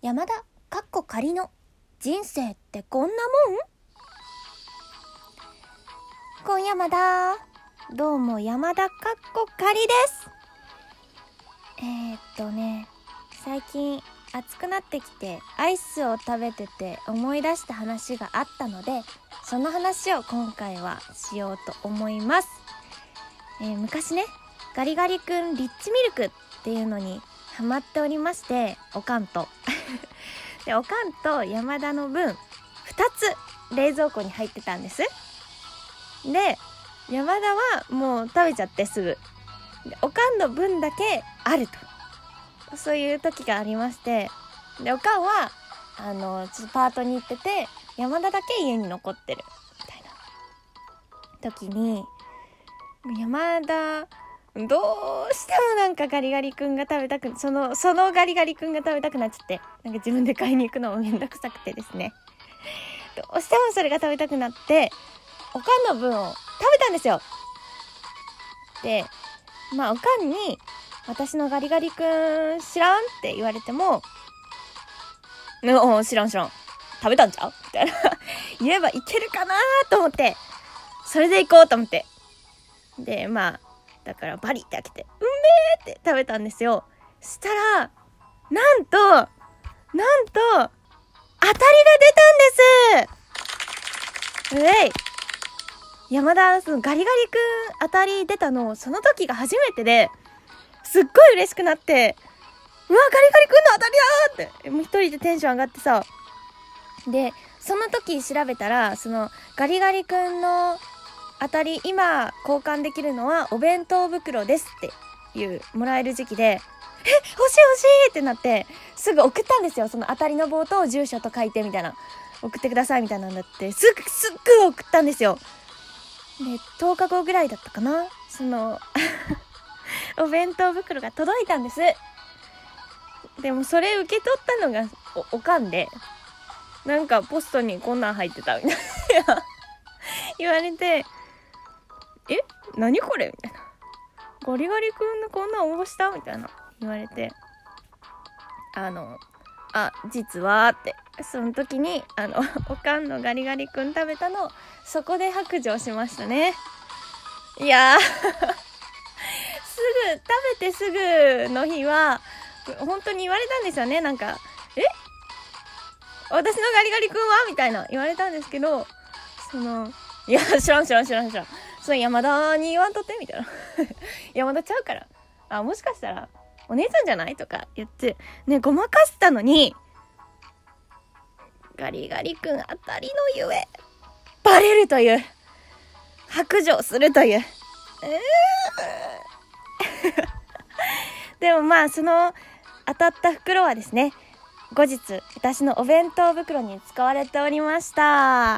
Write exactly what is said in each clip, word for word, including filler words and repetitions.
山田かっこ仮の人生ってこんなもん。今夜まだどうも山田かっこ仮です。えー、っとね最近暑くなってきてアイスを食べてて思い出した話があったので、その話を今回はしようと思います。えー、昔ねガリガリ君リッチミルクっていうのにハマっておりまして、おかんとでおかんと山田の分ふたつ冷蔵庫に入ってたんです。で山田はもう食べちゃってすぐで、おかんの分だけあると、そういう時がありまして、でおかんはあのちょっとパートに行ってて、山田だけ家に残ってるみたいな時に、山田どうしてもなんかガリガリ君が食べたくそのそのガリガリ君が食べたくなっちゃって、なんか自分で買いに行くのもめんどくさくてですね、どうしてもそれが食べたくなっておかんの分を食べたんですよ。でまあおかんに私のガリガリ君知らんって言われても、うん知らん知らん食べたんちゃうみたいな言えばいけるかなと思って、それで行こうと思って、でまあだからバリって開けてうんめーって食べたんですよ。したらなんとなんと当たりが出たんです。うえい山田そのガリガリ君当たり出たのその時が初めてで、すっごい嬉しくなって、うわガリガリ君の当たりだーってもう一人でテンション上がってさ、でその時調べたらそのガリガリ君の当たり今交換できるのはお弁当袋ですっていうもらえる時期で、え欲しい欲しいってなってすぐ送ったんですよ。その当たりの棒と住所と書いてみたいな、送ってくださいみたいなんだってすぐすっぐ送ったんですよ。でとおかごぐらいだったかな、そのお弁当袋が届いたんです。でもそれ受け取ったのが お, おかんで、なんかポストにこんなん入ってたみたいな言われて、え何これみたいな、ガリガリ君のこんな応募したみたいな言われて、あのあ実はってその時にあのおかんのガリガリ君食べたのそこで白状しましたね。いやーすぐ食べてすぐの日は本当に言われたんですよね。なんかえ私のガリガリ君はみたいな言われたんですけど、そのいや知らん知らん知らん知らんその山田に言わんとってみたいな山田ちゃうから、あもしかしたらお姉さんじゃないとか言ってねごまかしたのに、ガリガリ君当たりのゆえバレるという、白状するという、えー、でもまあその当たった袋はですね、後日私のお弁当袋に使われておりました。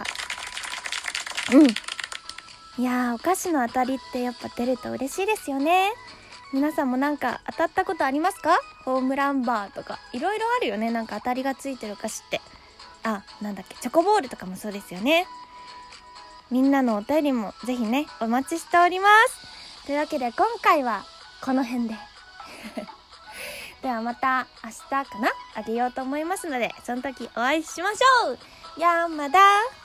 うんいやーお菓子の当たりってやっぱ出ると嬉しいですよね。皆さんもなんか当たったことありますか？ホームランバーとかいろいろあるよね、なんか当たりがついてるお菓子って。あ、なんだっけチョコボールとかもそうですよね。みんなのお便りもぜひねお待ちしております。というわけで今回はこの辺でではまた明日かなあげようと思いますので、その時お会いしましょう。やんまだ。